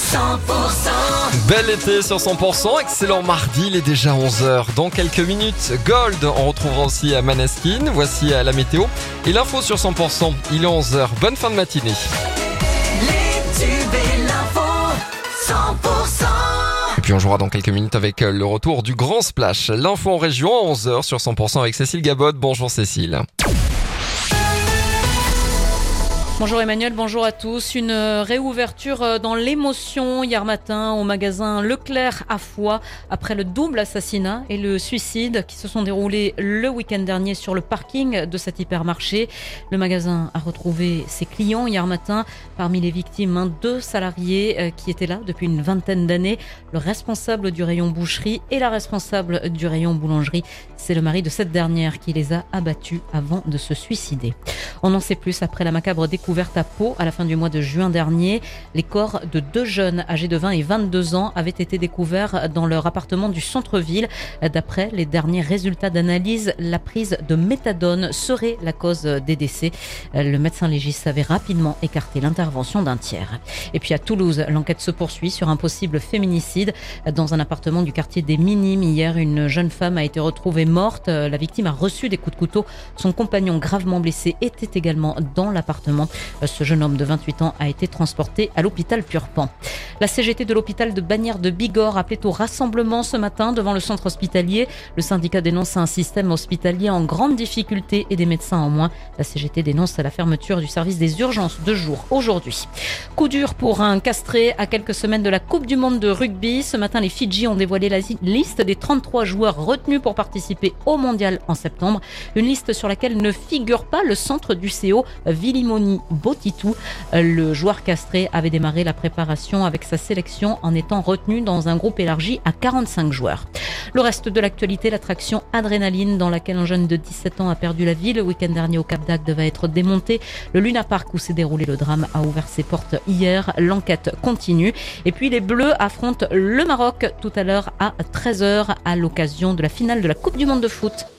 Bel été sur 100%, excellent mardi, il est déjà 11h. Dans quelques minutes, Gold, on retrouvera aussi à Maneskin. Voici la météo et l'info sur 100%, il est 11h. Bonne fin de matinée. Les tubes et l'info, 100%. Et puis on jouera dans quelques minutes avec le retour du Grand Splash. L'info en région à 11h sur 100% avec Cécile Gabod. Bonjour Cécile. Bonjour Emmanuel, bonjour à tous. Une réouverture dans l'émotion hier matin au magasin Leclerc à Foix après le double assassinat et le suicide qui se sont déroulés le week-end dernier sur le parking de cet hypermarché. Le magasin a retrouvé ses clients hier matin. Parmi les victimes, 2 salariés qui étaient là depuis une vingtaine d'années. Le responsable du rayon boucherie et la responsable du rayon boulangerie. C'est le mari de cette dernière qui les a abattus avant de se suicider. On en sait plus après la macabre découverte à Pau à la fin du mois de juin dernier. Les corps de 2 jeunes âgés de 20 et 22 ans avaient été découverts dans leur appartement du centre-ville. D'après les derniers résultats d'analyse, la prise de méthadone serait la cause des décès. Le médecin légiste avait rapidement écarté l'intervention d'un tiers. Et puis à Toulouse, l'enquête se poursuit sur un possible féminicide. Dans un appartement du quartier des Minimes, hier, une jeune femme a été retrouvée morte. La victime a reçu des coups de couteau. Son compagnon gravement blessé était également dans l'appartement. Ce jeune homme de 28 ans a été transporté à l'hôpital Purpan. La CGT de l'hôpital de Bagnères de Bigorre appelait au rassemblement ce matin devant le centre hospitalier. Le syndicat dénonce un système hospitalier en grande difficulté et des médecins en moins. La CGT dénonce la fermeture du service des urgences de jour aujourd'hui. Coup dur pour un castré à quelques semaines de la Coupe du Monde de rugby. Ce matin, les Fidji ont dévoilé la liste des 33 joueurs retenus pour participer au mondial en septembre. Une liste sur laquelle ne figure pas le centre du CO, Vilimoni Botitou. Le joueur castré avait démarré la préparation avec sa sélection en étant retenu dans un groupe élargi à 45 joueurs. Le reste de l'actualité, l'attraction Adrénaline dans laquelle un jeune de 17 ans a perdu la vie le week-end dernier au Cap d'Agde va être démontée. Le Luna Park où s'est déroulé le drame a ouvert ses portes hier. L'enquête continue. Et puis les Bleus affrontent le Maroc tout à l'heure à 13h à l'occasion de la finale de la Coupe du Monde de foot.